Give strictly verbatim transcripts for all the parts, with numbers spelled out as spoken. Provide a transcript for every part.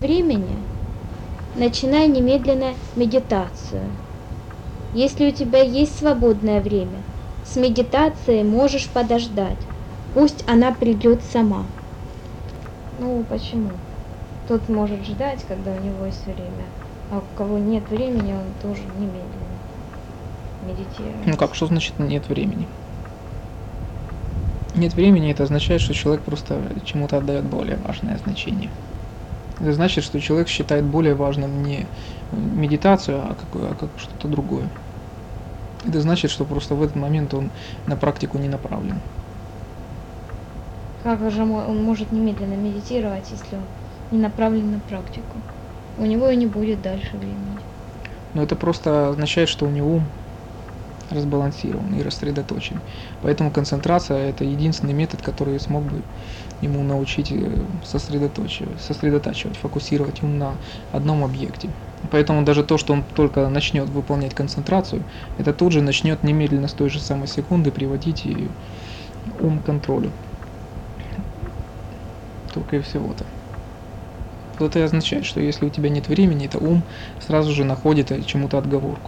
времени, начинай немедленно медитацию. Если у тебя есть свободное время, с медитацией можешь подождать. Пусть она придет сама. Ну, почему? Тот может ждать, когда у него есть время, а у кого нет времени, он тоже немедленно медитирует. Ну как, что значит нет времени? Нет времени, это означает, что человек просто чему-то отдает более важное значение. Это значит, что человек считает более важным не медитацию, а, какое, а как что-то другое. Это значит, что просто в этот момент он на практику не направлен. Как же он может немедленно медитировать, если он не направлен на практику? У него и не будет дальше времени. Но это просто означает, что у него ум разбалансирован и рассредоточен. Поэтому концентрация – это единственный метод, который смог бы ему научить сосредотачивать, сосредотачивать, фокусировать ум на одном объекте. Поэтому даже то, что он только начнет выполнять концентрацию, это тут же начнет немедленно с той же самой секунды приводить и ум к контролю. Только и всего-то. Вот это и означает, что если у тебя нет времени, то ум сразу же находит чему-то отговорку.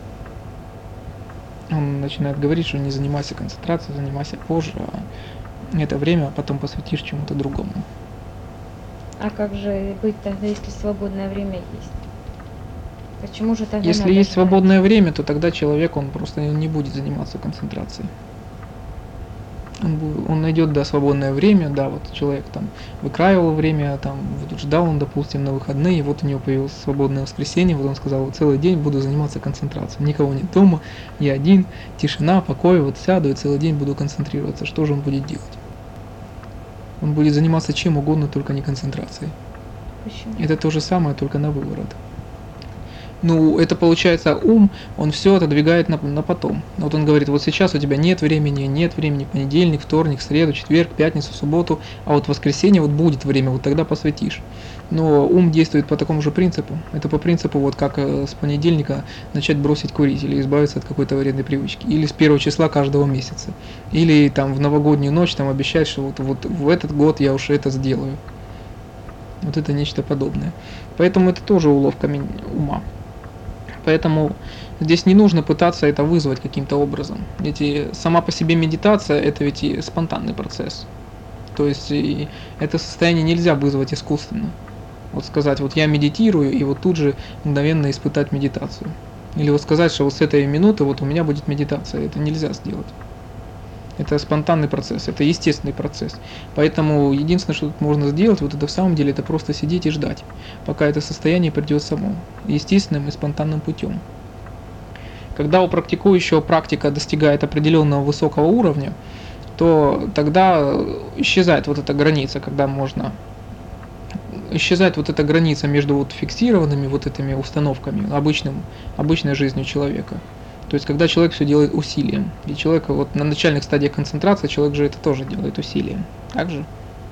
Он начинает говорить, что не занимайся концентрацией, занимайся позже, а это время потом посвятишь чему-то другому. А как же быть тогда, если свободное время есть? Почему же тогда Если надо есть ждать? свободное время, то тогда человек, он просто не будет заниматься концентрацией. Он, он найдет, да, свободное время, да, вот человек там выкраивал время, там вот ждал он, допустим, на выходные, вот у него появилось свободное воскресенье, вот он сказал, вот целый день буду заниматься концентрацией, никого нет дома, я один, тишина, покой, вот сяду и целый день буду концентрироваться. Что же он будет делать? Он будет заниматься чем угодно, только не концентрацией. Почему? Это то же самое, только на выворот. Ну, это получается ум, он все отодвигает на, на потом. Вот он говорит, вот сейчас у тебя нет времени, нет времени, понедельник, вторник, среду, четверг, пятницу, субботу, а вот в воскресенье вот будет время, вот тогда посвятишь. Но ум действует по такому же принципу. Это по принципу, вот как с понедельника начать бросить курить или избавиться от какой-то вредной привычки. Или с первого числа каждого месяца. Или там в новогоднюю ночь там обещать, что вот, вот в этот год я уж это сделаю. Вот это нечто подобное. Поэтому это тоже уловка ума. Поэтому здесь не нужно пытаться это вызвать каким-то образом. Ведь сама по себе медитация – это ведь и спонтанный процесс. То есть и это состояние нельзя вызвать искусственно. Вот сказать, вот я медитирую, и вот тут же мгновенно испытать медитацию. Или вот сказать, что вот с этой минуты вот у меня будет медитация. Это нельзя сделать. Это спонтанный процесс, это естественный процесс. Поэтому единственное, что тут можно сделать, вот это в самом деле, это просто сидеть и ждать, пока это состояние придет само, естественным и спонтанным путем. Когда у практикующего практика достигает определенного высокого уровня, то тогда исчезает вот эта граница, когда можно... Исчезает вот эта граница между вот фиксированными вот этими установками, обычным, обычной жизнью человека. То есть, когда человек все делает усилием. И человек вот на начальных стадиях концентрации, человек же это тоже делает усилием. Так же?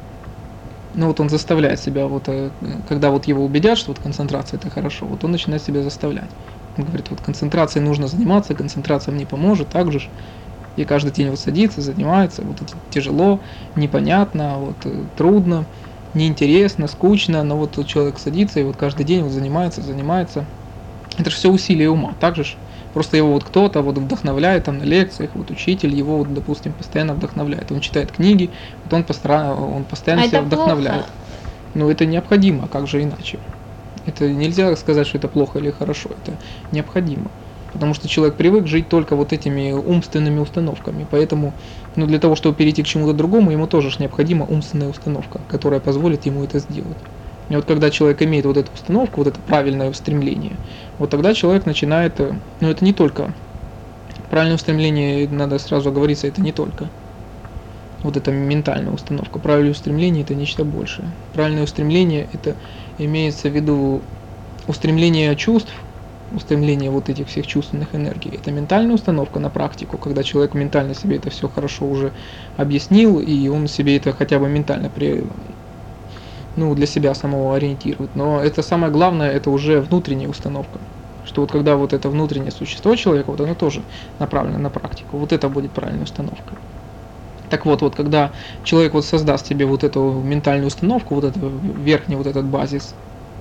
Ну вот он заставляет себя, вот, когда вот его убедят, что вот концентрация это хорошо, вот он начинает себя заставлять. Он говорит, вот концентрацией нужно заниматься, концентрация мне поможет, так же. И каждый день вот садится, занимается, вот это тяжело, непонятно, вот трудно, неинтересно, скучно, но вот человек садится и вот каждый день вот занимается, занимается. Это же все усилие ума, так же? Просто его вот кто-то вот вдохновляет там на лекциях, вот учитель его, вот, допустим, постоянно вдохновляет. Он читает книги, вот он, постара... он постоянно а себя это вдохновляет. Плохо. Но это необходимо, как же иначе? Это нельзя сказать, что это плохо или хорошо, это необходимо. Потому что человек привык жить только вот этими умственными установками. Поэтому ну, для того, чтобы перейти к чему-то другому, ему тоже необходима умственная установка, которая позволит ему это сделать. И вот когда человек имеет вот эту установку, вот это правильное устремление, вот тогда человек начинает, ну это не только, правильное устремление, надо сразу оговориться, это не только вот эта ментальная установка, правильное устремление это нечто большее. Правильное устремление это имеется в виду устремление чувств, устремление вот этих всех чувственных энергий. Это ментальная установка на практику, когда человек ментально себе это все хорошо уже объяснил, и он себе это хотя бы ментально при... ну, для себя самого ориентирует. Но это самое главное, это уже внутренняя установка. Что вот когда вот это внутреннее существо человека, вот оно тоже направлено на практику. Вот это будет правильной установкой. Так вот, вот когда человек вот создаст себе вот эту ментальную установку, вот этот верхний вот этот базис,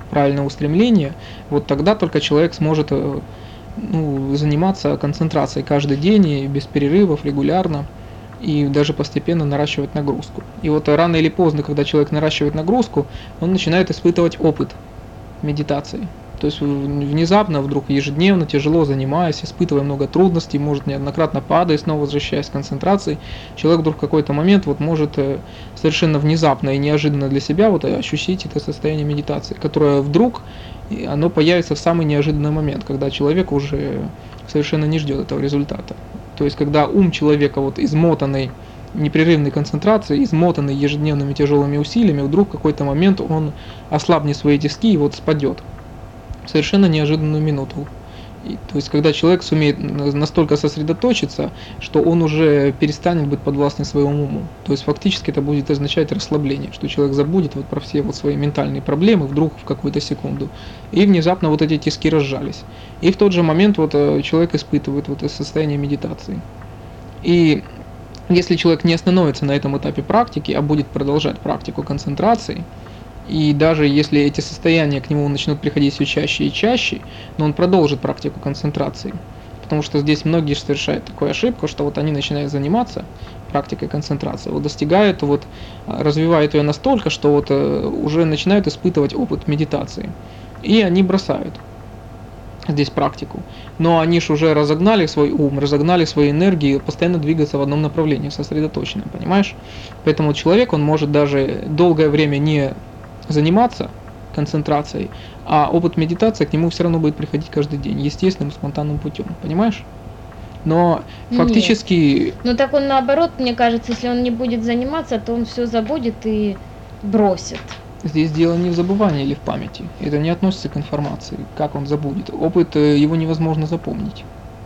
правильного устремления, вот тогда только человек сможет э, ну, заниматься концентрацией каждый день и без перерывов, регулярно, и даже постепенно наращивать нагрузку. И вот рано или поздно, когда человек наращивает нагрузку, он начинает испытывать опыт медитации. То есть внезапно, вдруг ежедневно, тяжело занимаясь, испытывая много трудностей, может неоднократно падая, снова возвращаясь к концентрации, человек вдруг в какой-то момент вот может совершенно внезапно и неожиданно для себя вот ощутить это состояние медитации, которое вдруг оно появится в самый неожиданный момент, когда человек уже совершенно не ждет этого результата. То есть когда ум человека вот измотанный непрерывной концентрацией, измотанный ежедневными тяжелыми усилиями, вдруг в какой-то момент он ослабнет свои тиски и вот спадет в совершенно неожиданную минуту. И, то есть когда человек сумеет настолько сосредоточиться, что он уже перестанет быть подвластен своему уму. То есть фактически это будет означать расслабление, что человек забудет вот про все вот свои ментальные проблемы вдруг в какую-то секунду. И внезапно вот эти тиски разжались. И в тот же момент вот человек испытывает вот это состояние медитации. И если человек не остановится на этом этапе практики, а будет продолжать практику концентрации, и даже если эти состояния к нему начнут приходить все чаще и чаще, но он продолжит практику концентрации. Потому что здесь многие совершают такую ошибку, что вот они начинают заниматься практикой концентрации, вот достигают, вот, развивают ее настолько, что вот уже начинают испытывать опыт медитации. И они бросают здесь практику. Но они же уже разогнали свой ум, разогнали свои энергии, постоянно двигаться в одном направлении, сосредоточенно, понимаешь? Поэтому человек, он может даже долгое время не заниматься концентрацией, а опыт медитации к нему все равно будет приходить каждый день, естественным, спонтанным путем, понимаешь? Но фактически... Нет. Ну так он наоборот, мне кажется, если он не будет заниматься, то он все забудет и бросит. Здесь дело не в забывании или в памяти. Это не относится к информации, как он забудет. Опыт, его невозможно запомнить.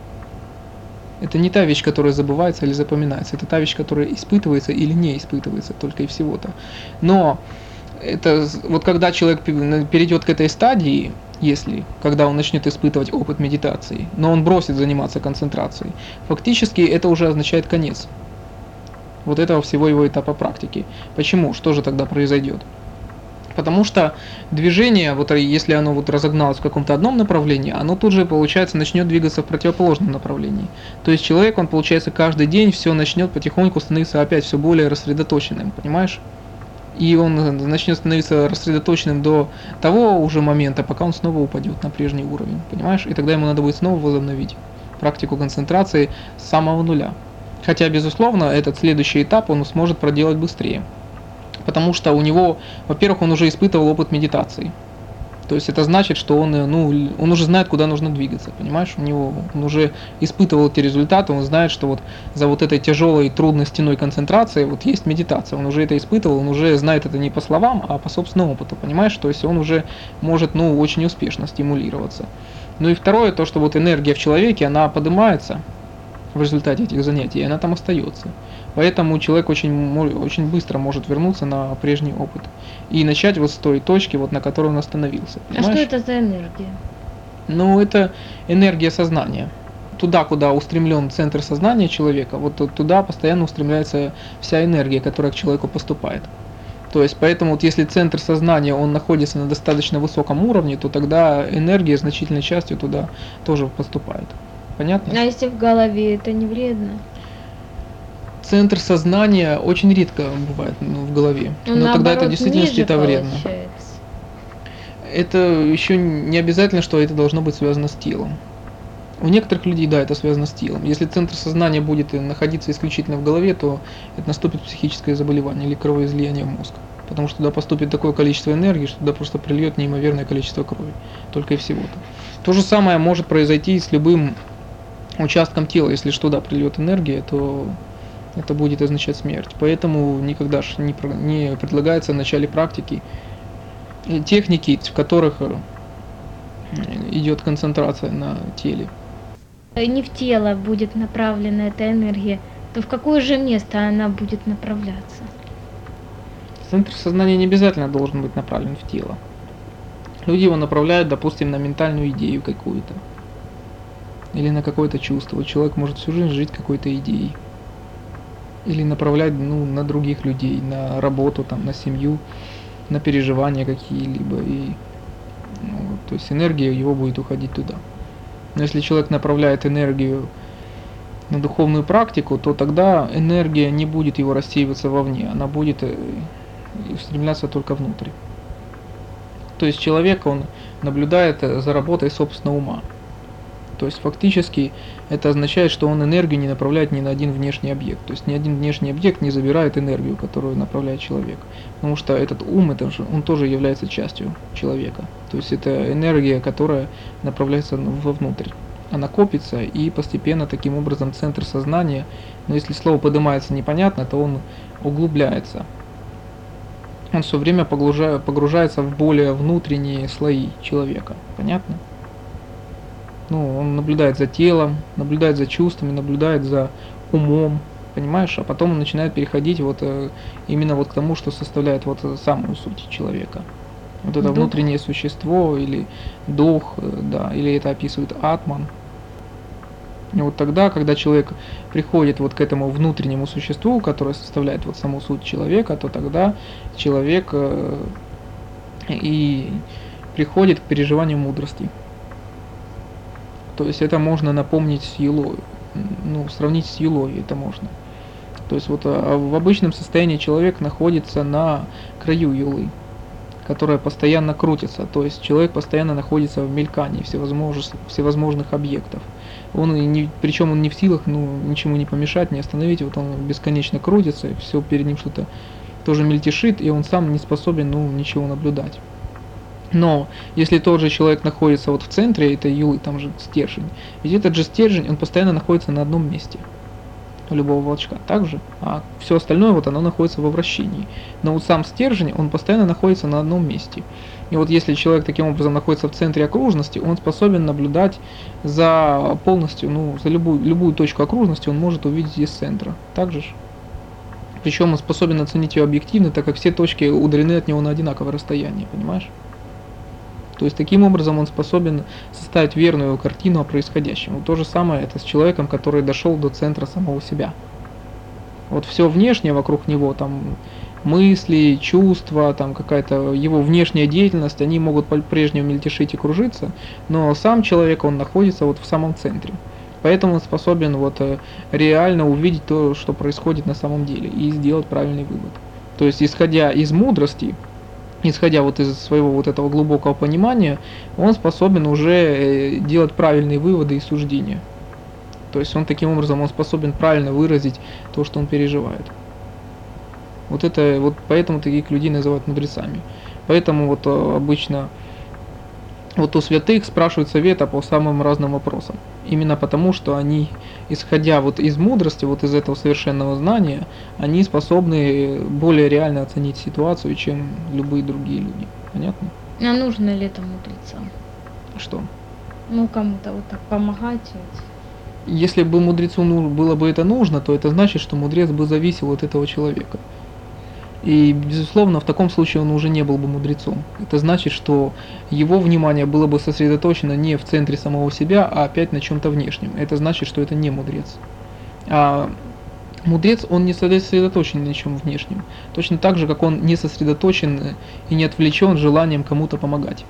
Это не та вещь, которая забывается или запоминается. Это та вещь, которая испытывается или не испытывается, только и всего-то. Но это вот когда человек перейдет к этой стадии, если, когда он начнет испытывать опыт медитации, но он бросит заниматься концентрацией, фактически это уже означает конец вот этого всего его этапа практики. Почему? Что же тогда произойдет? Потому что движение, вот если оно вот разогналось в каком-то одном направлении, оно тут же, получается, начнет двигаться в противоположном направлении. То есть человек, он, получается, каждый день все начнет потихоньку становиться опять все более рассредоточенным, понимаешь? И он начнет становиться рассредоточенным до того уже момента, пока он снова упадет на прежний уровень, понимаешь? И тогда ему надо будет снова возобновить практику концентрации с самого нуля. Хотя, безусловно, этот следующий этап он сможет проделать быстрее. Потому что у него, во-первых, он уже испытывал опыт медитации. То есть это значит, что он, ну, он уже знает, куда нужно двигаться, понимаешь? У него, он уже испытывал эти результаты, он знает, что вот за вот этой тяжелой, трудной стеной концентрации вот есть медитация. Он уже это испытывал, он уже знает это не по словам, а по собственному опыту, понимаешь? То есть он уже может, ну, очень успешно стимулироваться. Ну и второе, то, что вот энергия в человеке, она поднимается в результате этих занятий, и она там остается. Поэтому человек очень, очень быстро может вернуться на прежний опыт и начать вот с той точки, вот на которой он остановился. Понимаешь? А что это за энергия? Ну, это энергия сознания. Туда, куда устремлен центр сознания человека, вот туда постоянно устремляется вся энергия, которая к человеку поступает. То есть, поэтому вот если центр сознания, он находится на достаточно высоком уровне, то тогда энергия значительной частью туда тоже поступает. Понятно? А если в голове, это не вредно? Центр сознания очень редко бывает, ну, в голове. Он, но наоборот, тогда это действительно это вредно. Получается. Это еще не обязательно, что это должно быть связано с телом. У некоторых людей, да, это связано с телом. Если центр сознания будет находиться исключительно в голове, то это наступит психическое заболевание или кровоизлияние в мозг. Потому что туда поступит такое количество энергии, что туда просто прильет неимоверное количество крови. Только и всего-то. То же самое может произойти с любым участком тела. Если ж туда прильет энергия, то это будет означать смерть. Поэтому никогда ж не, не предлагается в начале практики техники, в которых идет концентрация на теле. Не в тело будет направлена эта энергия, то в какое же место она будет направляться? Центр сознания не обязательно должен быть направлен в тело. Люди его направляют, допустим, на ментальную идею какую-то. Или на какое-то чувство. Человек может всю жизнь жить какой-то идеей. Или направлять, ну, на других людей, на работу, там, на семью, на переживания какие-либо. И То есть энергия его будет уходить туда. Но если человек направляет энергию на духовную практику, то тогда энергия не будет его рассеиваться вовне, она будет устремляться только внутрь. То есть человек, он наблюдает за работой собственного ума. То есть фактически это означает, что он энергию не направляет ни на один внешний объект. То есть ни один внешний объект не забирает энергию, которую направляет человек. Потому что этот ум, это же, он тоже является частью человека. То есть это энергия, которая направляется вовнутрь. Она копится и постепенно таким образом центр сознания, но если слово поднимается непонятно, то он углубляется. Он все время погружается в более внутренние слои человека. Понятно? Ну, он наблюдает за телом, наблюдает за чувствами, наблюдает за умом, понимаешь? А потом он начинает переходить вот именно вот к тому, что составляет вот самую суть человека. Вот это дух. Внутреннее существо или дух, да, или это описывает атман. И вот тогда, когда человек приходит вот к этому внутреннему существу, которое составляет вот саму суть человека, то тогда человек э, и приходит к переживанию мудрости. То есть это можно напомнить с юлой, ну, сравнить с юлой это можно. То есть вот а в обычном состоянии человек находится на краю юлы, которая постоянно крутится. То есть человек постоянно находится в мелькании всевозможных, всевозможных объектов. Он не, причем он не в силах, ну, ничему не помешать, не остановить. Вот он бесконечно крутится, и все перед ним что-то тоже мельтешит, и он сам не способен, ну, ничего наблюдать. Но если тот же человек находится вот в центре этой юлы, там же стержень, ведь этот же стержень, он постоянно находится на одном месте у любого волчка, также, а все остальное вот оно находится во вращении. Но вот сам стержень, он постоянно находится на одном месте. И вот если человек таким образом находится в центре окружности, он способен наблюдать за полностью, ну, за любую, любую точку окружности он может увидеть из центра. Так же? Причем он способен оценить ее объективно, так как все точки удалены от него на одинаковое расстояние, понимаешь? То есть таким образом он способен составить верную картину о происходящем. Вот то же самое это с человеком, который дошел до центра самого себя. Вот все внешнее вокруг него, там мысли, чувства, там какая-то его внешняя деятельность, они могут по-прежнему мельтешить и кружиться, но сам человек, он находится вот в самом центре. Поэтому он способен вот реально увидеть то, что происходит на самом деле, и сделать правильный вывод. То есть исходя из мудрости, исходя вот из своего вот этого глубокого понимания, он способен уже делать правильные выводы и суждения. То есть он таким образом он способен правильно выразить то, что он переживает. Вот это вот поэтому таких людей называют мудрецами. Поэтому вот обычно вот у святых спрашивают совета по самым разным вопросам. Именно потому, что они, исходя вот из мудрости, вот из этого совершенного знания, они способны более реально оценить ситуацию, чем любые другие люди. Понятно? А нужно ли это мудрецам? Что? Ну, кому-то вот так помогать. Если бы мудрецу было бы это нужно, то это значит, что мудрец бы зависел от этого человека. И, безусловно, в таком случае он уже не был бы мудрецом. Это значит, что его внимание было бы сосредоточено не в центре самого себя, а опять на чем-то внешнем. Это значит, что это не мудрец. А мудрец, он не сосредоточен ни на чем внешнем. Точно так же, как он не сосредоточен и не отвлечен желанием кому-то помогать.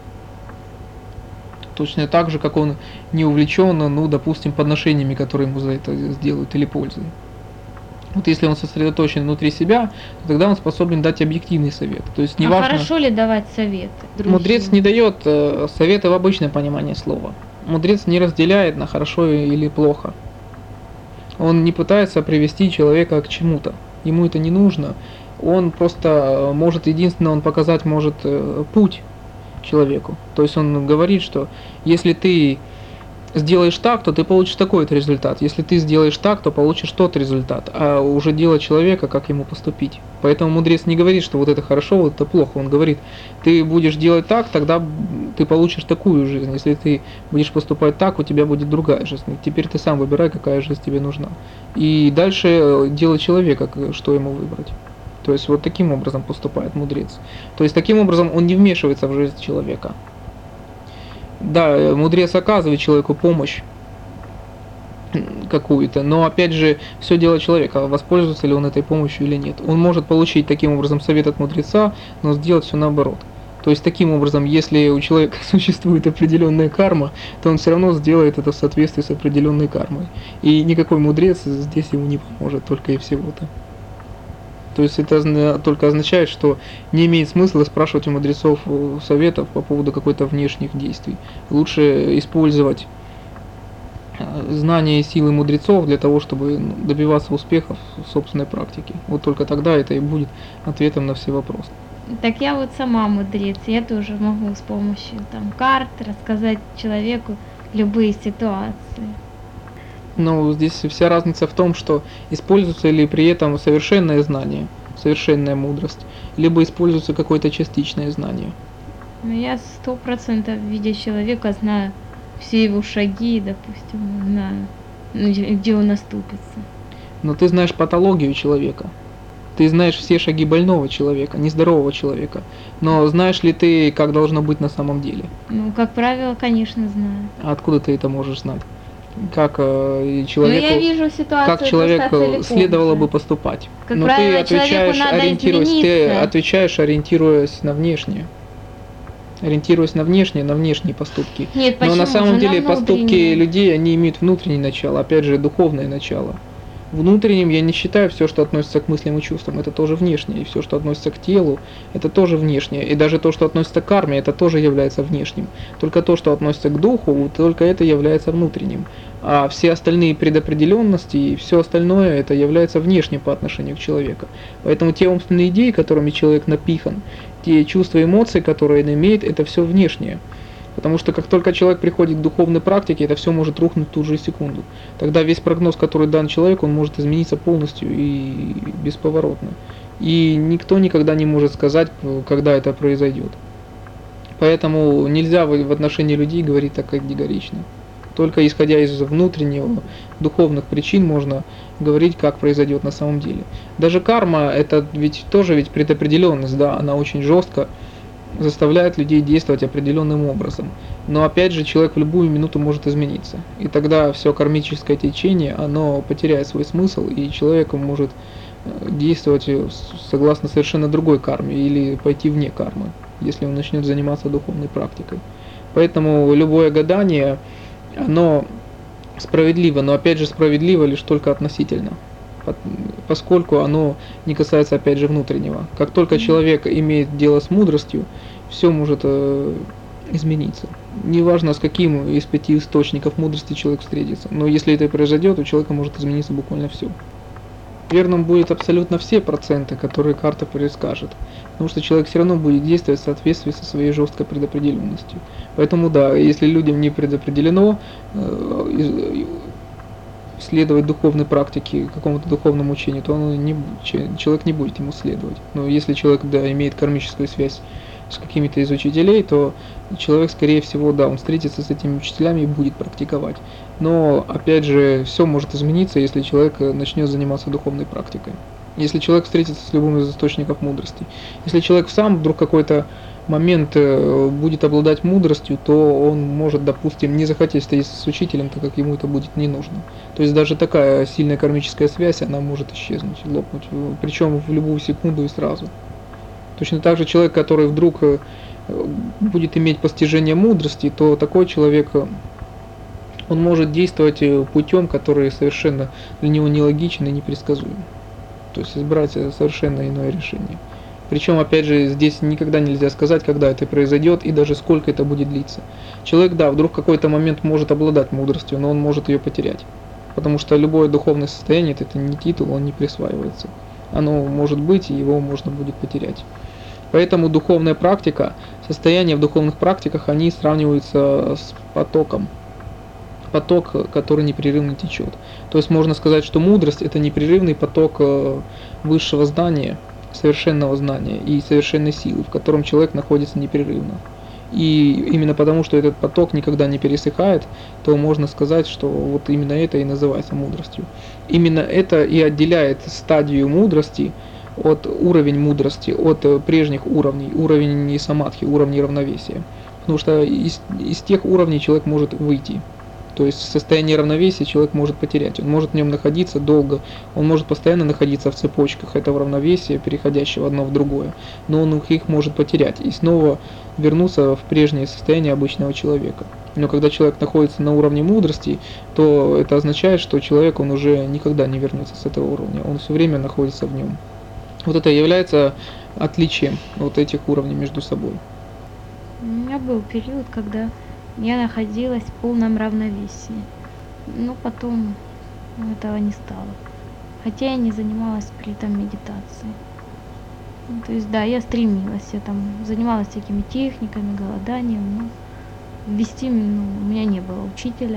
Точно так же, как он не увлечен, ну, допустим, подношениями, которые ему за это сделают, или пользой. Вот если он сосредоточен внутри себя, то тогда он способен дать объективный совет. То есть неважно, а хорошо ли давать советы другим? Мудрец не дает э, советы в обычном понимании слова. Мудрец не разделяет на хорошо или плохо. Он не пытается привести человека к чему-то. Ему это не нужно. Он просто может, единственное, он показать может э, путь человеку. То есть он говорит, что если ты сделаешь так, то ты получишь такой-то результат. Если ты сделаешь так, то получишь тот результат. А уже дело человека, как ему поступить. Поэтому мудрец не говорит, что вот это хорошо, вот это плохо. Он говорит, ты будешь делать так, тогда ты получишь такую жизнь. Если ты будешь поступать так, у тебя будет другая жизнь. Теперь ты сам выбирай, какая жизнь тебе нужна. И дальше дело человека, что ему выбрать. То есть вот таким образом поступает мудрец. То есть таким образом он не вмешивается в жизнь человека. Да, мудрец оказывает человеку помощь какую-то, но опять же, все дело человека, воспользуется ли он этой помощью или нет. Он может получить таким образом совет от мудреца, но сделать все наоборот. То есть таким образом, если у человека существует определенная карма, то он все равно сделает это в соответствии с определенной кармой. И никакой мудрец здесь ему не поможет, только и всего-то. То есть это только означает, что не имеет смысла спрашивать у мудрецов советов по поводу какой-то внешних действий. Лучше использовать знания и силы мудрецов для того, чтобы добиваться успехов в собственной практике. Вот только тогда это и будет ответом на все вопросы. Так я вот сама мудрец, я тоже могу с помощью там карт рассказать человеку любые ситуации. Но здесь вся разница в том, что используется ли при этом совершенное знание, совершенная мудрость, либо используется какое-то частичное знание. Но я сто процентов, видя человека, знаю все его шаги, допустим, знаю, где он оступится. Но ты знаешь патологию человека. Ты знаешь все шаги больного человека, нездорового человека. Но знаешь ли ты, как должно быть на самом деле? Ну, как правило, конечно, знаю. А откуда ты это можешь знать? Как э, человеку, Но я вижу ситуацию как человеку целиком следовало же. бы поступать? Как Но правило, ты отвечаешь, надо ориентируясь, ты извиниться. отвечаешь, ориентируясь на внешнее. Ориентируясь на внешние, на внешние поступки. Нет, Но на почему самом же? деле На поступки внутренние. людей, они имеют внутреннее начало, опять же, духовное начало. Внутренним я не считаю все, что относится к мыслям и чувствам, это тоже внешнее. И все, что относится к телу, это тоже внешнее. И даже то, что относится к карме, это тоже является внешним. Только то, что относится к духу, только это является внутренним. А все остальные предопределенности и все остальное, это является внешним по отношению к человеку. Поэтому те умственные идеи, которыми человек напихан, те чувства и эмоции, которые он имеет, это все внешнее. Потому что как только человек приходит к духовной практике, это все может рухнуть в ту же секунду. Тогда весь прогноз, который дан человеку, он может измениться полностью и бесповоротно. И никто никогда не может сказать, когда это произойдет. Поэтому нельзя в отношении людей говорить так категорично. Только исходя из внутреннего духовных причин можно говорить, как произойдет на самом деле. Даже карма, это ведь тоже ведь предопределенность, да, она очень жестко заставляет людей действовать определенным образом. Но опять же, человек в любую минуту может измениться. И тогда все кармическое течение, оно потеряет свой смысл, и человек может действовать согласно совершенно другой карме или пойти вне кармы, если он начнет заниматься духовной практикой. Поэтому любое гадание, оно справедливо, но опять же справедливо лишь только относительно, поскольку оно не касается опять же внутреннего. Как только человек имеет дело с мудростью, все может э, измениться. Неважно, с каким из пяти источников мудрости человек встретится, но если это произойдет, у человека может измениться буквально все. Верным будет абсолютно все проценты, которые карта предскажет, потому что человек все равно будет действовать в соответствии со своей жесткой предопределенностью. Поэтому да, если людям не предопределено э, следовать духовной практике, какому-то духовному учению, то он не, человек не будет ему следовать. Но если человек да, имеет кармическую связь с какими-то из учителей, то человек, скорее всего, да, он встретится с этими учителями и будет практиковать. Но, опять же, все может измениться, если человек начнет заниматься духовной практикой. Если человек встретится с любым из источников мудрости. Если человек сам вдруг какой-то момент будет обладать мудростью, то он может, допустим, не захотеть встретиться с учителем, так как ему это будет не нужно. То есть даже такая сильная кармическая связь, она может исчезнуть, лопнуть, причем в любую секунду и сразу. Точно так же человек, который вдруг будет иметь постижение мудрости, то такой человек, он может действовать путем, который совершенно для него нелогичен и непредсказуем. То есть избрать совершенно иное решение. Причем, опять же, здесь никогда нельзя сказать, когда это произойдет и даже сколько это будет длиться. Человек, да, вдруг в какой-то момент может обладать мудростью, но он может ее потерять. Потому что любое духовное состояние, это не титул, он не присваивается. Оно может быть, и его можно будет потерять. Поэтому духовная практика, состояния в духовных практиках, они сравниваются с потоком. Поток, который непрерывно течет. То есть можно сказать, что мудрость – это непрерывный поток высшего знания, совершенного знания и совершенной силы, в котором человек находится непрерывно. И именно потому, что этот поток никогда не пересыхает, то можно сказать, что вот именно это и называется мудростью. Именно это и отделяет стадию мудрости от уровень мудрости, от прежних уровней, уровень самадхи, уровней равновесия. Потому что из, из тех уровней человек может выйти. То есть в состоянии равновесия человек может потерять. Он может в нем находиться долго, он может постоянно находиться в цепочках этого равновесия, переходящего одно в другое. Но он их может потерять и снова вернуться в прежнее состояние обычного человека. Но когда человек находится на уровне мудрости, то это означает, что человек он уже никогда не вернется с этого уровня. Он все время находится в нем. Вот это является отличием вот этих уровней между собой. У меня был период, когда я находилась в полном равновесии, но потом этого не стало. Хотя я не занималась при этом медитацией. Ну, то есть, да, я стремилась, я там занималась всякими техниками, голоданием, но ввести, ну, у меня не было учителя.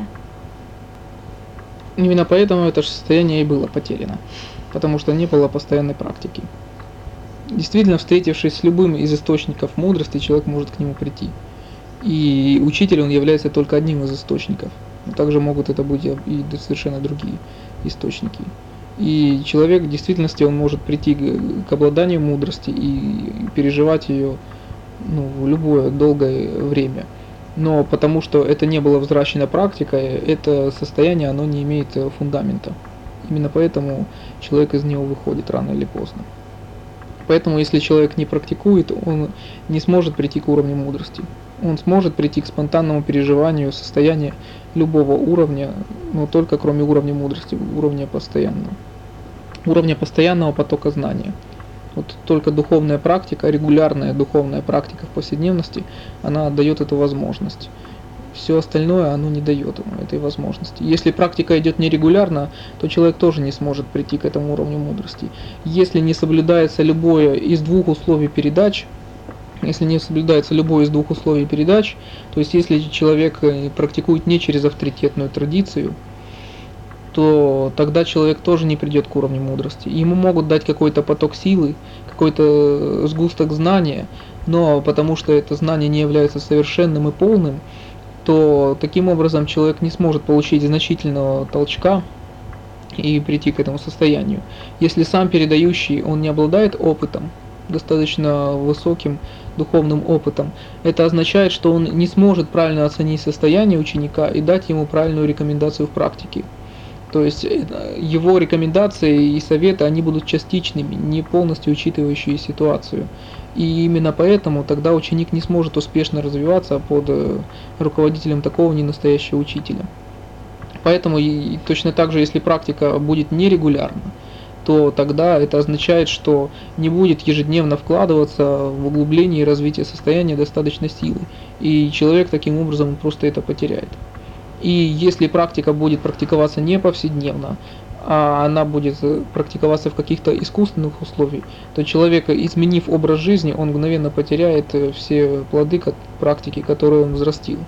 Именно поэтому это же состояние и было потеряно, потому что не было постоянной практики. Действительно, встретившись с любым из источников мудрости, человек может к нему прийти. И учитель, он является только одним из источников. Но также могут это быть и совершенно другие источники. И человек в действительности, он может прийти к обладанию мудрости и переживать ее, ну, в любое долгое время. Но потому что это не было взращено практикой, это состояние, оно не имеет фундамента. Именно поэтому человек из него выходит рано или поздно. Поэтому, если человек не практикует, он не сможет прийти к уровню мудрости. Он сможет прийти к спонтанному переживанию состояния любого уровня, но только кроме уровня мудрости, уровня постоянного. Уровня постоянного потока знания. Вот только духовная практика, регулярная духовная практика в повседневности, она дает эту возможность. Все остальное, оно не дает ему этой возможности. Если практика идет нерегулярно, то человек тоже не сможет прийти к этому уровню мудрости. Если не соблюдается любое из двух условий передач, если не соблюдается любое из двух условий передач, то есть если человек практикует не через авторитетную традицию, то тогда человек тоже не придет к уровню мудрости. Ему могут дать какой-то поток силы, какой-то сгусток знания, но потому что это знание не является совершенным и полным, то таким образом человек не сможет получить значительного толчка и прийти к этому состоянию. Если сам передающий, он не обладает опытом, достаточно высоким духовным опытом, это означает, что он не сможет правильно оценить состояние ученика и дать ему правильную рекомендацию в практике. То есть его рекомендации и советы, они будут частичными, не полностью учитывающие ситуацию. И именно поэтому тогда ученик не сможет успешно развиваться под руководителем такого ненастоящего учителя. Поэтому и точно так же, если практика будет нерегулярна, то тогда это означает, что не будет ежедневно вкладываться в углубление и развитие состояния достаточной силы. И человек таким образом просто это потеряет. И если практика будет практиковаться не повседневно, а она будет практиковаться в каких-то искусственных условиях, то человек, изменив образ жизни, он мгновенно потеряет все плоды практики, которые он взрастил.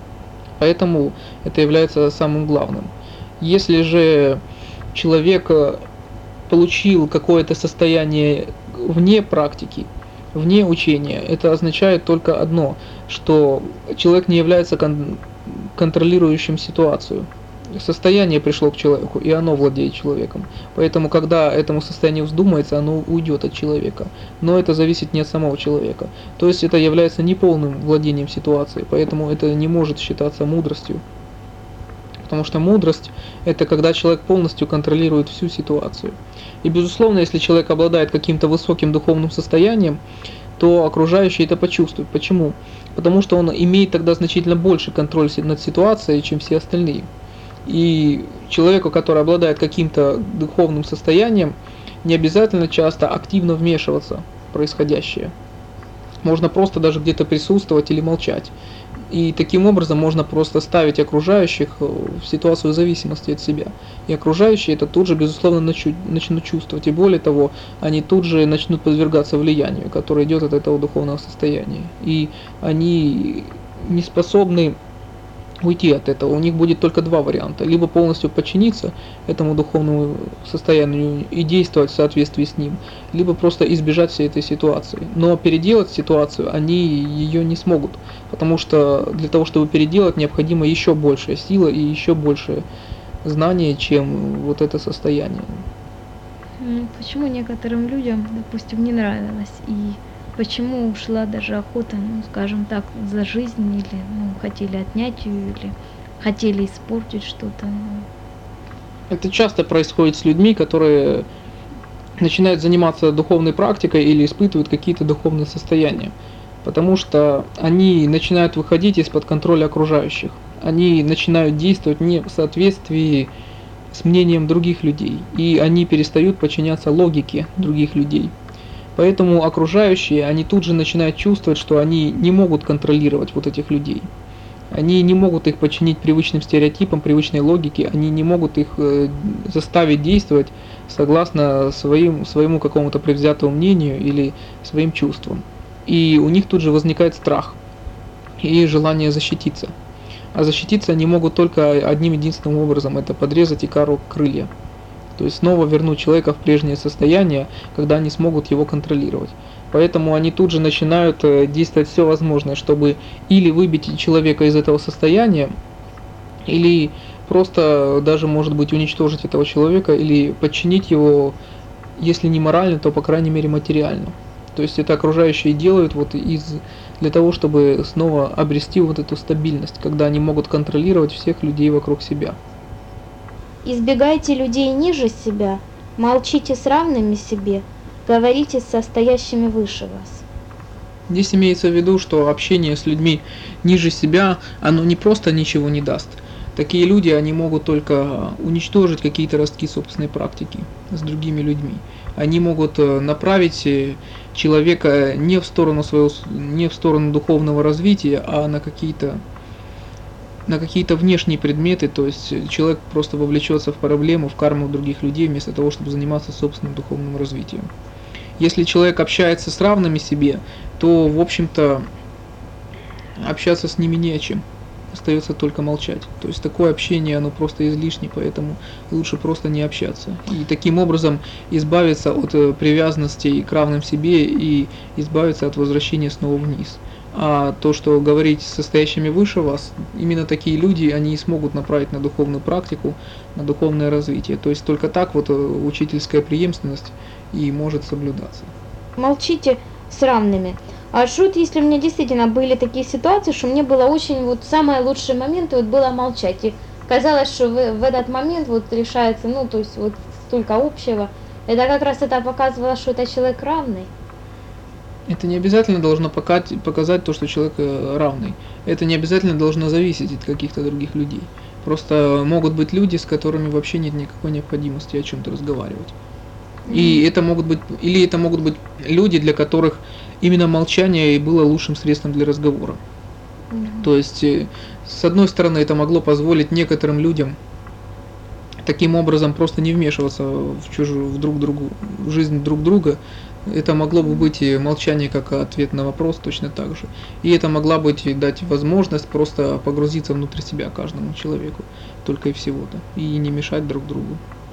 Поэтому это является самым главным. Если же человек получил какое-то состояние вне практики, вне учения, это означает только одно, что человек не является кон- контролирующим ситуацию. Состояние пришло к человеку, и оно владеет человеком. Поэтому, когда этому состоянию вздумается, оно уйдет от человека. Но это зависит не от самого человека. То есть это является неполным владением ситуацией, поэтому это не может считаться мудростью. Потому что мудрость – это когда человек полностью контролирует всю ситуацию. И безусловно, если человек обладает каким-то высоким духовным состоянием, то окружающие это почувствуют. Почему? Потому что он имеет тогда значительно больше контроль над ситуацией, чем все остальные. И человеку, который обладает каким-то духовным состоянием, не обязательно часто активно вмешиваться в происходящее. Можно просто даже где-то присутствовать или молчать. И таким образом можно просто ставить окружающих в ситуацию зависимости от себя. И окружающие это тут же, безусловно, начнут чувствовать. И более того, они тут же начнут подвергаться влиянию, которое идет от этого духовного состояния. И они не способны уйти от этого. У них будет только два варианта. Либо полностью подчиниться этому духовному состоянию и действовать в соответствии с ним, либо просто избежать всей этой ситуации. Но переделать ситуацию они ее не смогут, потому что для того, чтобы переделать, необходима еще большая сила и еще большее знание, чем вот это состояние. Почему некоторым людям, допустим, не нравилось, и почему ушла даже охота, ну, скажем так, за жизнь, или ну, хотели отнять ее, или хотели испортить что-то. Ну. Это часто происходит с людьми, которые начинают заниматься духовной практикой или испытывают какие-то духовные состояния, потому что они начинают выходить из-под контроля окружающих, они начинают действовать не в соответствии с мнением других людей, и они перестают подчиняться логике других людей. Поэтому окружающие, они тут же начинают чувствовать, что они не могут контролировать вот этих людей. Они не могут их подчинить привычным стереотипам, привычной логике, они не могут их э, заставить действовать согласно своим, своему какому-то предвзятому мнению или своим чувствам. И у них тут же возникает страх и желание защититься. А защититься они могут только одним единственным образом – это подрезать икару крылья. То есть снова вернуть человека в прежнее состояние, когда они смогут его контролировать. Поэтому они тут же начинают действовать все возможное, чтобы или выбить человека из этого состояния, или просто даже, может быть, уничтожить этого человека, или подчинить его, если не морально, то, по крайней мере, материально. То есть это окружающие делают вот из, для того, чтобы снова обрести вот эту стабильность, когда они могут контролировать всех людей вокруг себя. Избегайте людей ниже себя, молчите с равными себе, говорите со стоящими выше вас. Здесь имеется в виду, что общение с людьми ниже себя, оно не просто ничего не даст. Такие люди, они могут только уничтожить какие-то ростки собственной практики с другими людьми. Они могут направить человека не в сторону своего, не в сторону духовного развития, а на какие-то на какие-то внешние предметы, то есть человек просто вовлечется в проблему, в карму других людей, вместо того, чтобы заниматься собственным духовным развитием. Если человек общается с равными себе, то, в общем-то, общаться с ними не о чем. Остается только молчать. То есть такое общение, оно просто излишне, поэтому лучше просто не общаться. И таким образом избавиться от привязанностей к равным себе и избавиться от возвращения снова вниз. А то, что говорить с состоящими выше вас, именно такие люди, они и смогут направить на духовную практику, на духовное развитие. То есть только так вот учительская преемственность и может соблюдаться. Молчите с равными. А шут, если у меня действительно были такие ситуации, что мне было очень, вот самые лучшие моменты вот было молчать. И казалось, что в, в этот момент вот решается, ну, то есть вот столько общего. Это как раз это показывало, что это человек равный. Это не обязательно должно показать то, что человек равный. Это не обязательно должно зависеть от каких-то других людей. Просто могут быть люди, с которыми вообще нет никакой необходимости о чем-то разговаривать. Mm-hmm. И это могут быть, или это могут быть люди, для которых именно молчание и было лучшим средством для разговора. Mm-hmm. То есть, с одной стороны, это могло позволить некоторым людям таким образом просто не вмешиваться в чужую, в друг другу, в жизнь друг друга. Это могло бы быть и молчание как ответ на вопрос точно так же. И это могла быть и дать возможность просто погрузиться внутрь себя каждому человеку, только и всего-то, и не мешать друг другу.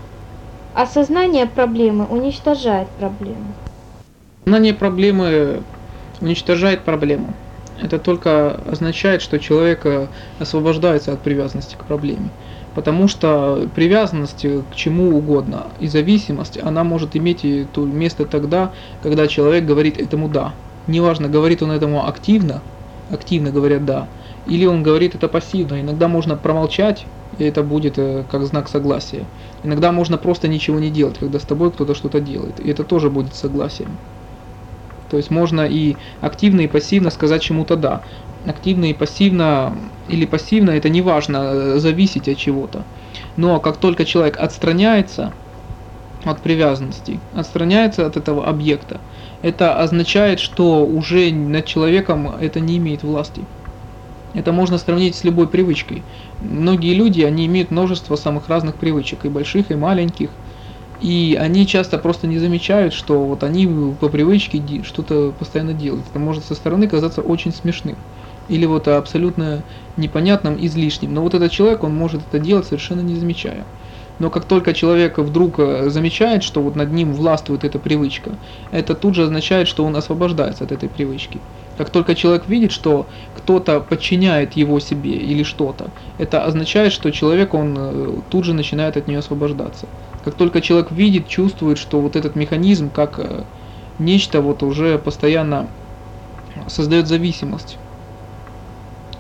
Осознание проблемы уничтожает проблему. Осознание проблемы уничтожает проблему. Это только означает, что человек освобождается от привязанности к проблеме. Потому что привязанность к чему угодно и зависимость, она может иметь место тогда, когда человек говорит этому «да». Неважно, говорит он этому активно, активно говорят «да», или он говорит это пассивно. Иногда можно промолчать, и это будет как знак согласия. Иногда можно просто ничего не делать, когда с тобой кто-то что-то делает, и это тоже будет согласием. То есть можно и активно, и пассивно сказать чему-то «да». Активно и пассивно, или пассивно, это не важно, зависеть от чего-то. Но как только человек отстраняется от привязанностей, отстраняется от этого объекта, это означает, что уже над человеком это не имеет власти. Это можно сравнить с любой привычкой. Многие люди, они имеют множество самых разных привычек, и больших, и маленьких. И они часто просто не замечают, что вот они по привычке что-то постоянно делают. Это может со стороны казаться очень смешным. Или вот абсолютно непонятным, излишним. Но вот этот человек, он может это делать совершенно не замечая. Но как только человек вдруг замечает, что вот над ним властвует эта привычка, это тут же означает, что он освобождается от этой привычки. Как только человек видит, что кто-то подчиняет его себе или что-то, это означает, что человек, он тут же начинает от нее освобождаться. Как только человек видит, чувствует, что вот этот механизм, как нечто вот уже постоянно создает зависимость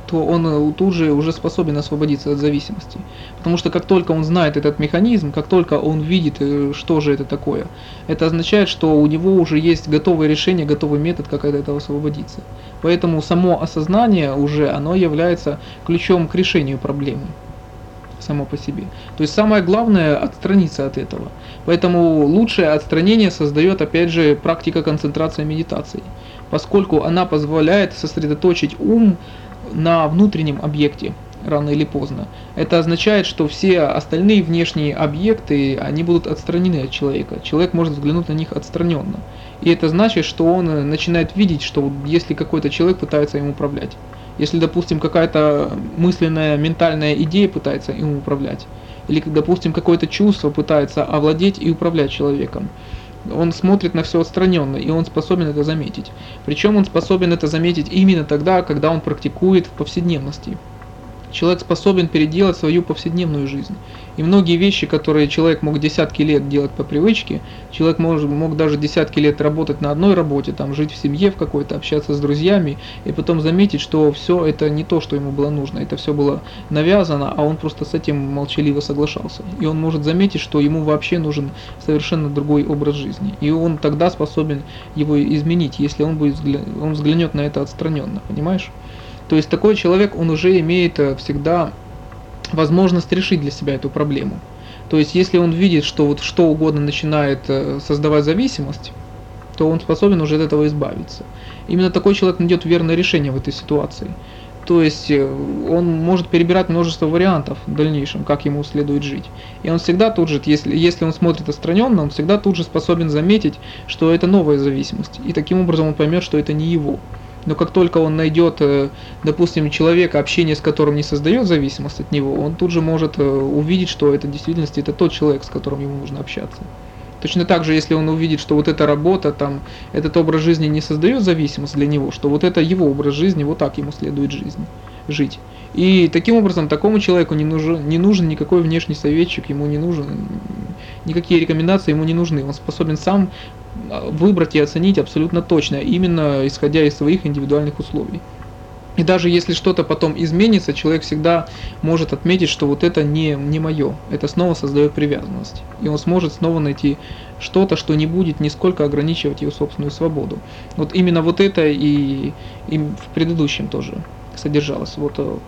то он э, тут же уже способен освободиться от зависимости. Потому что как только он знает этот механизм, как только он видит, э, что же это такое, это означает, что у него уже есть готовое решение, готовый метод, как от этого освободиться. Поэтому само осознание уже, оно является ключом к решению проблемы само по себе. То есть самое главное отстраниться от этого. Поэтому лучшее отстранение создает опять же практика концентрации медитации, поскольку она позволяет сосредоточить ум на внутреннем объекте рано или поздно. Это означает, что все остальные внешние объекты, они будут отстранены от человека. Человек может взглянуть на них отстраненно. И это значит, что он начинает видеть, что если какой-то человек пытается им управлять, если, допустим, какая-то мысленная, ментальная идея пытается им управлять, или, допустим, какое-то чувство пытается овладеть и управлять человеком, он смотрит на все отстраненно, и он способен это заметить. Причем он способен это заметить именно тогда, когда он практикует в повседневности. Человек способен переделать свою повседневную жизнь. И многие вещи, которые человек мог десятки лет делать по привычке, человек мог, мог даже десятки лет работать на одной работе, там, жить в семье в какой-то, общаться с друзьями, и потом заметить, что все это не то, что ему было нужно, это все было навязано, а он просто с этим молчаливо соглашался. И он может заметить, что ему вообще нужен совершенно другой образ жизни. И он тогда способен его изменить, если он, будет взгля... он взглянет на это отстраненно, понимаешь? То есть такой человек, он уже имеет всегда возможность решить для себя эту проблему. То есть если он видит, что вот что угодно начинает создавать зависимость, то он способен уже от этого избавиться. Именно такой человек найдет верное решение в этой ситуации. То есть он может перебирать множество вариантов в дальнейшем, как ему следует жить. И он всегда тут же, если, если он смотрит отстраненно, он всегда тут же способен заметить, что это новая зависимость. И таким образом он поймет, что это не его. Но как только он найдет, допустим, человека, общение с которым не создает зависимость от него, он тут же может увидеть, что это в действительности это тот человек, с которым ему нужно общаться. Точно так же, если он увидит, что вот эта работа, там, этот образ жизни не создает зависимость для него, что вот это его образ жизни, вот так ему следует жизнь, жить. И таким образом, такому человеку не нужен, не нужен никакой внешний советчик, ему не нужен, никакие рекомендации ему не нужны. Он способен сам выбрать и оценить абсолютно точно, именно исходя из своих индивидуальных условий. И даже если что-то потом изменится, человек всегда может отметить, что вот это не, не мое, это снова создает привязанность. И он сможет снова найти что-то, что не будет нисколько ограничивать его собственную свободу. Вот именно вот это и, и в предыдущем тоже содержалось. Вот,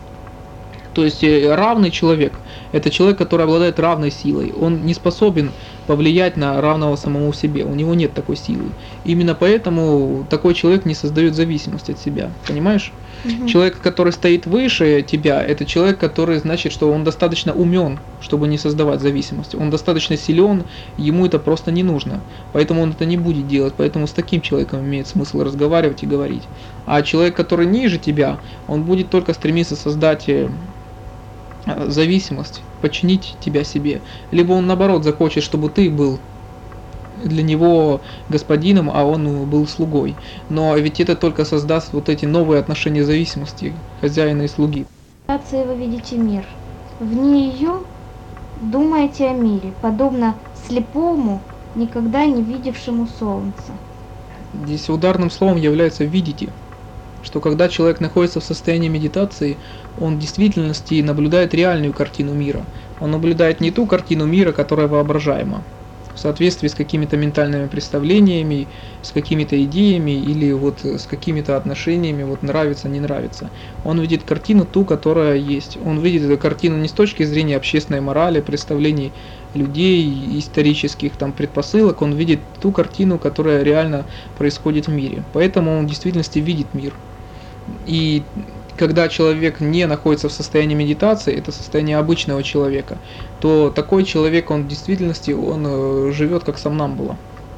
то есть равный человек – это человек, который обладает равной силой. Он не способен повлиять на равного самому себе. У него нет такой силы. Именно поэтому такой человек не создает зависимость от себя. Понимаешь? Угу. Человек, который стоит выше тебя, это человек, который значит, что он достаточно умен, чтобы не создавать зависимость. Он достаточно силен, ему это просто не нужно. Поэтому он это не будет делать. Поэтому с таким человеком имеет смысл разговаривать и говорить. А человек, который ниже тебя, он будет только стремиться создать зависимость, подчинить тебя себе. Либо он наоборот захочет, чтобы ты был для него господином, а он был слугой. Но ведь это только создаст вот эти новые отношения зависимости хозяина и слуги. Вы видите мир. Вне ее думаете о мире, подобно слепому, никогда не видевшему солнца. Здесь ударным словом является «видите», что когда человек находится в состоянии медитации, он в действительности наблюдает реальную картину мира. Он наблюдает не ту картину мира, которая воображаема, в соответствии с какими-то ментальными представлениями, с какими-то идеями или вот с какими-то отношениями, вот нравится, не нравится. Он видит картину ту, которая есть. Он видит эту картину не с точки зрения общественной морали, представлений людей, исторических там предпосылок, он видит ту картину, которая реально происходит в мире. Поэтому он в действительности видит мир. И когда человек не находится в состоянии медитации, это состояние обычного человека, то такой человек, он в действительности, он живет как сомнамбула.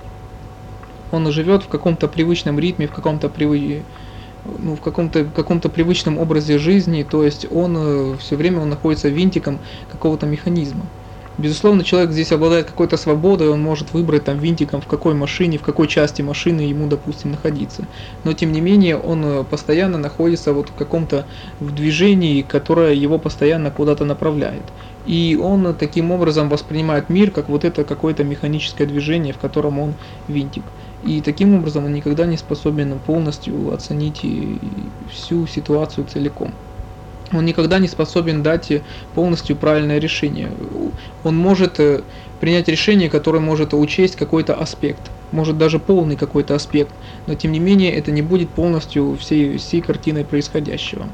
Он живет в каком-то привычном ритме, в каком-то привычном ну, в каком-то каком-то привычном образе жизни, то есть он все время он находится винтиком какого-то механизма. Безусловно, человек здесь обладает какой-то свободой, он может выбрать там винтиком, в какой машине, в какой части машины ему, допустим, находиться. Но тем не менее, он постоянно находится вот в каком-то в движении, которое его постоянно куда-то направляет. И он таким образом воспринимает мир как вот это какое-то механическое движение, в котором он винтик. И таким образом он никогда не способен полностью оценить всю ситуацию целиком. Он никогда не способен дать полностью правильное решение. Он может принять решение, которое может учесть какой-то аспект, может даже полный какой-то аспект, но тем не менее это не будет полностью всей, всей картиной происходящего.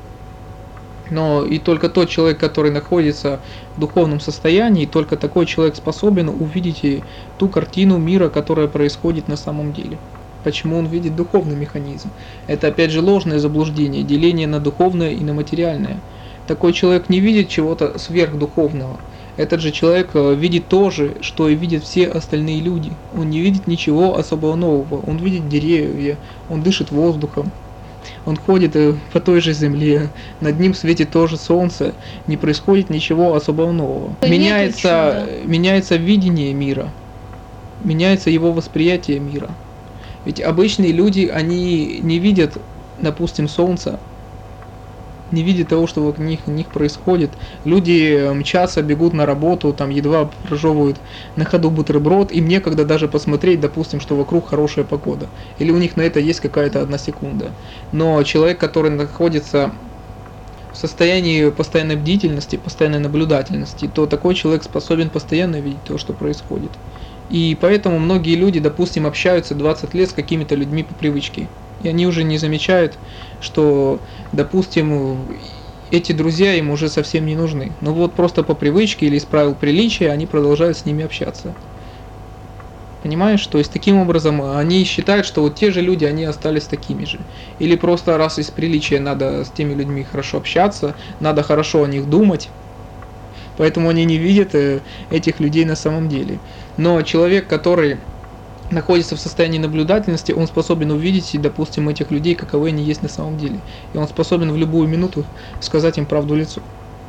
Но и только тот человек, который находится в духовном состоянии, только такой человек способен увидеть ту картину мира, которая происходит на самом деле. Почему он видит духовный механизм? Это опять же ложное заблуждение, деление на духовное и на материальное. Такой человек не видит чего-то сверхдуховного. Этот же человек видит то же, что и видят все остальные люди. Он не видит ничего особого нового. Он видит деревья, он дышит воздухом. Он ходит по той же земле, над ним светит то же солнце, не происходит ничего особо нового. Меняется, меняется видение мира, меняется его восприятие мира. Ведь обычные люди, они не видят, допустим, солнца, не видят того, что вокруг них, них происходит. Люди мчатся, бегут на работу, там едва прожевывают на ходу бутерброд, им некогда даже посмотреть, допустим, что вокруг хорошая погода. Или у них на это есть какая-то одна секунда. Но человек, который находится в состоянии постоянной бдительности, постоянной наблюдательности, то такой человек способен постоянно видеть то, что происходит. И поэтому многие люди, допустим, общаются двадцать лет с какими-то людьми по привычке. И они уже не замечают, что, допустим, эти друзья им уже совсем не нужны. Но вот просто по привычке или из правил приличия они продолжают с ними общаться. Понимаешь? То есть таким образом они считают, что вот те же люди, они остались такими же. Или просто раз из приличия надо с теми людьми хорошо общаться, надо хорошо о них думать. Поэтому они не видят этих людей на самом деле. Но человек, который находится в состоянии наблюдательности, он способен увидеть, допустим, этих людей, каковы они есть на самом деле. И он способен в любую минуту сказать им правду в лицо,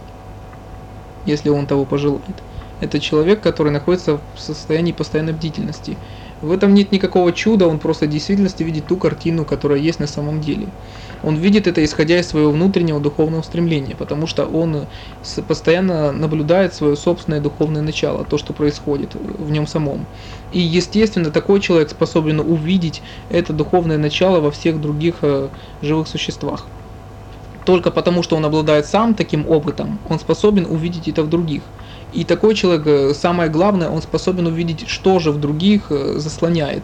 если он того пожелает. Это человек, который находится в состоянии постоянной бдительности. В этом нет никакого чуда, он просто в действительности видит ту картину, которая есть на самом деле. Он видит это, исходя из своего внутреннего духовного стремления, потому что он постоянно наблюдает свое собственное духовное начало, то, что происходит в нем самом. И, естественно, такой человек способен увидеть это духовное начало во всех других живых существах. Только потому, что он обладает сам таким опытом, он способен увидеть это в других. И такой человек, самое главное, он способен увидеть, что же в других заслоняет.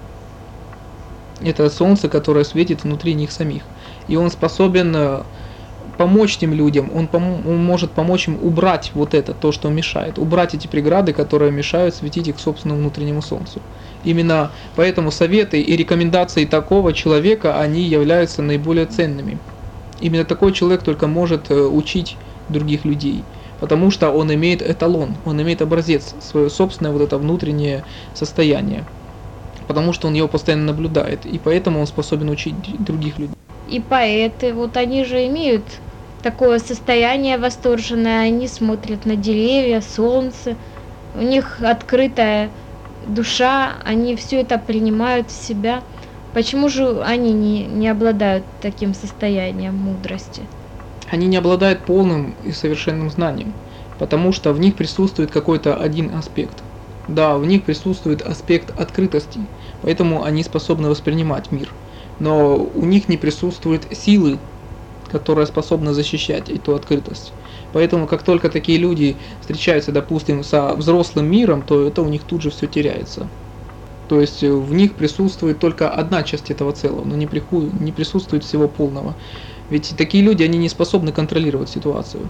Это солнце, которое светит внутри них самих. И он способен помочь тем людям, он, пом- он может помочь им убрать вот это, то, что мешает, убрать эти преграды, которые мешают светить их собственному внутреннему солнцу. Именно поэтому советы и рекомендации такого человека, они являются наиболее ценными. Именно такой человек только может учить других людей, потому что он имеет эталон, он имеет образец, свое собственное вот это внутреннее состояние, потому что он его постоянно наблюдает, и поэтому он способен учить других людей. И поэты, вот они же имеют такое состояние восторженное, они смотрят на деревья, солнце, у них открытая душа, они все это принимают в себя. Почему же они не, не обладают таким состоянием мудрости? Они не обладают полным и совершенным знанием, потому что в них присутствует какой-то один аспект. Да, в них присутствует аспект открытости, поэтому они способны воспринимать мир. Но у них не присутствует силы, которая способна защищать эту открытость. Поэтому, как только такие люди встречаются, допустим, со взрослым миром, то это у них тут же все теряется. То есть в них присутствует только одна часть этого целого, но не присутствует всего полного. Ведь такие люди, они не способны контролировать ситуацию.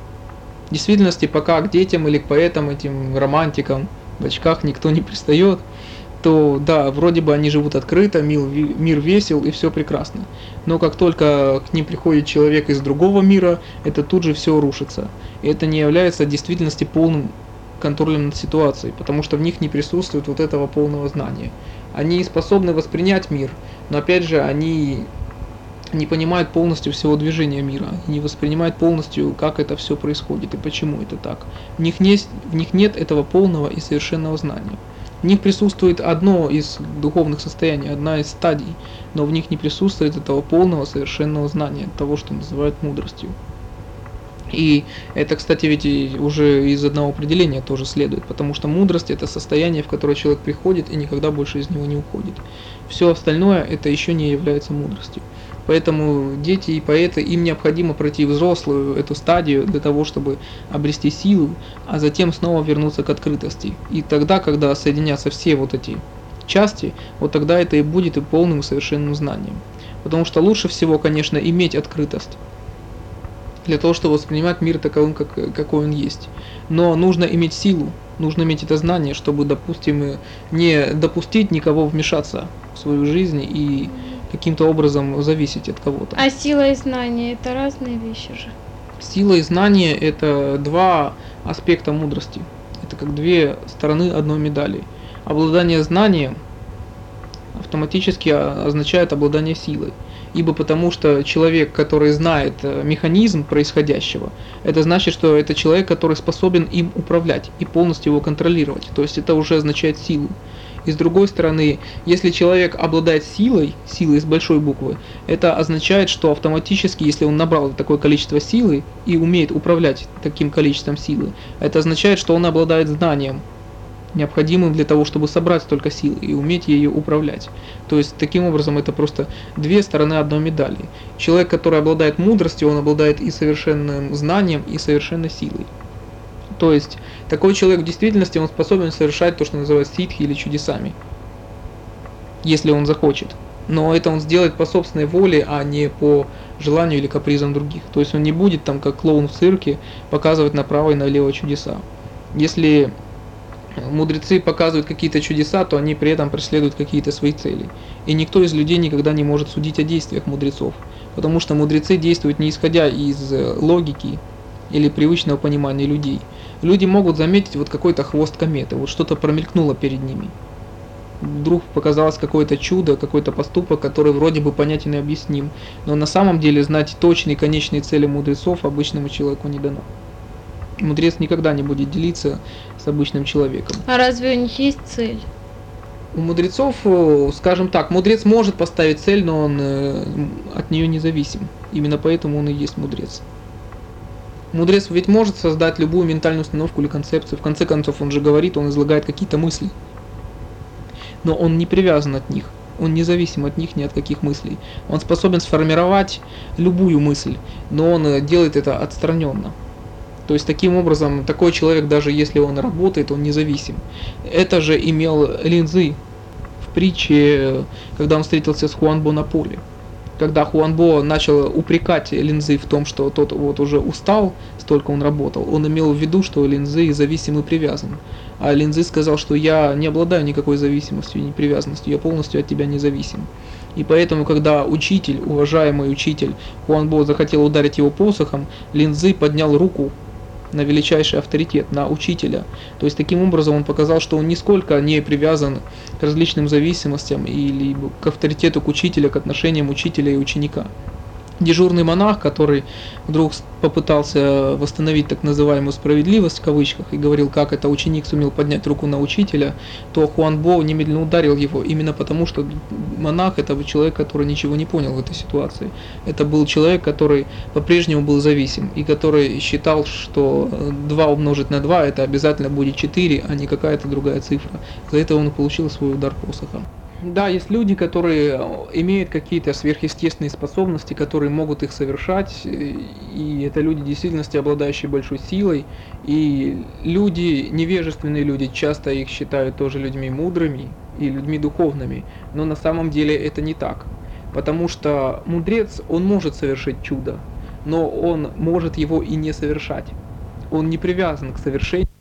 В действительности, пока к детям или к поэтам, этим романтикам в очках никто не пристает, то да, вроде бы они живут открыто, мир весел и все прекрасно. Но как только к ним приходит человек из другого мира, это тут же все рушится. И это не является в действительности полным контролем над ситуацией, потому что в них не присутствует вот этого полного знания. Они способны воспринять мир, но опять же они не понимают полностью всего движения мира, не воспринимают полностью, как это все происходит и почему это так. В них, не, в них нет этого полного и совершенного знания. В них присутствует одно из духовных состояний, одна из стадий, но в них не присутствует этого полного совершенного знания, того, что называют мудростью. И это, кстати, ведь и уже из одного определения тоже следует, потому что мудрость – это состояние, в которое человек приходит и никогда больше из него не уходит. Все остальное – это еще не является мудростью. Поэтому дети и поэты, им необходимо пройти взрослую эту стадию для того, чтобы обрести силу, а затем снова вернуться к открытости. И тогда, когда соединятся все вот эти части, вот тогда это и будет и полным и совершенным знанием. Потому что лучше всего, конечно, иметь открытость, для того, чтобы воспринимать мир таковым, как, какой он есть. Но нужно иметь силу, нужно иметь это знание, чтобы, допустим, не допустить никого вмешаться в свою жизнь и каким-то образом зависеть от кого-то. А сила и знание – это разные вещи же. Сила и знание – это два аспекта мудрости. Это как две стороны одной медали. Обладание знанием автоматически означает обладание силой. Ибо потому что человек, который знает механизм происходящего, это значит, что это человек, который способен им управлять и полностью его контролировать. То есть это уже означает силу. И с другой стороны, если человек обладает силой, силой с большой буквы, это означает, что автоматически, если он набрал такое количество силы и умеет управлять таким количеством силы, это означает, что он обладает знанием, необходимым для того, чтобы собрать столько сил и уметь ею управлять. То есть, таким образом, это просто две стороны одной медали. Человек, который обладает мудростью, он обладает и совершенным знанием, и совершенной силой. То есть, такой человек в действительности, он способен совершать то, что называется ситхи или чудесами, если он захочет. Но это он сделает по собственной воле, а не по желанию или капризам других. То есть, он не будет там, как клоун в цирке, показывать направо и налево чудеса. Если мудрецы показывают какие-то чудеса, то они при этом преследуют какие-то свои цели. И никто из людей никогда не может судить о действиях мудрецов, потому что мудрецы действуют не исходя из логики или привычного понимания людей. Люди могут заметить вот какой-то хвост кометы, вот что-то промелькнуло перед ними. Вдруг показалось какое-то чудо, какой-то поступок, который вроде бы понятен и объясним, но на самом деле знать точные конечные цели мудрецов обычному человеку не дано. Мудрец никогда не будет делиться с обычным человеком. А разве у них есть цель? У мудрецов, скажем так, мудрец может поставить цель, но он от нее не зависим. Именно поэтому он и есть мудрец. Мудрец ведь может создать любую ментальную установку или концепцию. В конце концов, он же говорит, он излагает какие-то мысли. Но он не привязан от них. Он не зависим от них ни от каких мыслей. Он способен сформировать любую мысль, но он делает это отстраненно. То есть, таким образом, такой человек, даже если он работает, он независим. Это же имел Линзы в притче, когда он встретился с Хуанбо на поле. Когда Хуанбо начал упрекать Линзы в том, что тот вот уже устал, столько он работал, он имел в виду, что Линзы зависим и привязан. А Линзы сказал, что я не обладаю никакой зависимостью и непривязанностью, я полностью от тебя независим. И поэтому, когда учитель, уважаемый учитель Хуанбо захотел ударить его посохом, Линзы поднял руку на величайший авторитет, на учителя. То есть, таким образом он показал, что он нисколько не привязан к различным зависимостям или к авторитету к учителя, к отношениям учителя и ученика. Дежурный монах, который вдруг попытался восстановить так называемую справедливость в кавычках и говорил, как это ученик сумел поднять руку на учителя, то Хуанбо немедленно ударил его, именно потому, что монах – это человек, который ничего не понял в этой ситуации. Это был человек, который по-прежнему был зависим и который считал, что два умножить на два – это обязательно будет четыре, а не какая-то другая цифра. За это он получил свой удар посохом. Да, есть люди, которые имеют какие-то сверхъестественные способности, которые могут их совершать, и это люди, в действительности обладающие большой силой, и люди, невежественные люди, часто их считают тоже людьми мудрыми и людьми духовными, но на самом деле это не так, потому что мудрец, он может совершить чудо, но он может его и не совершать, он не привязан к совершению.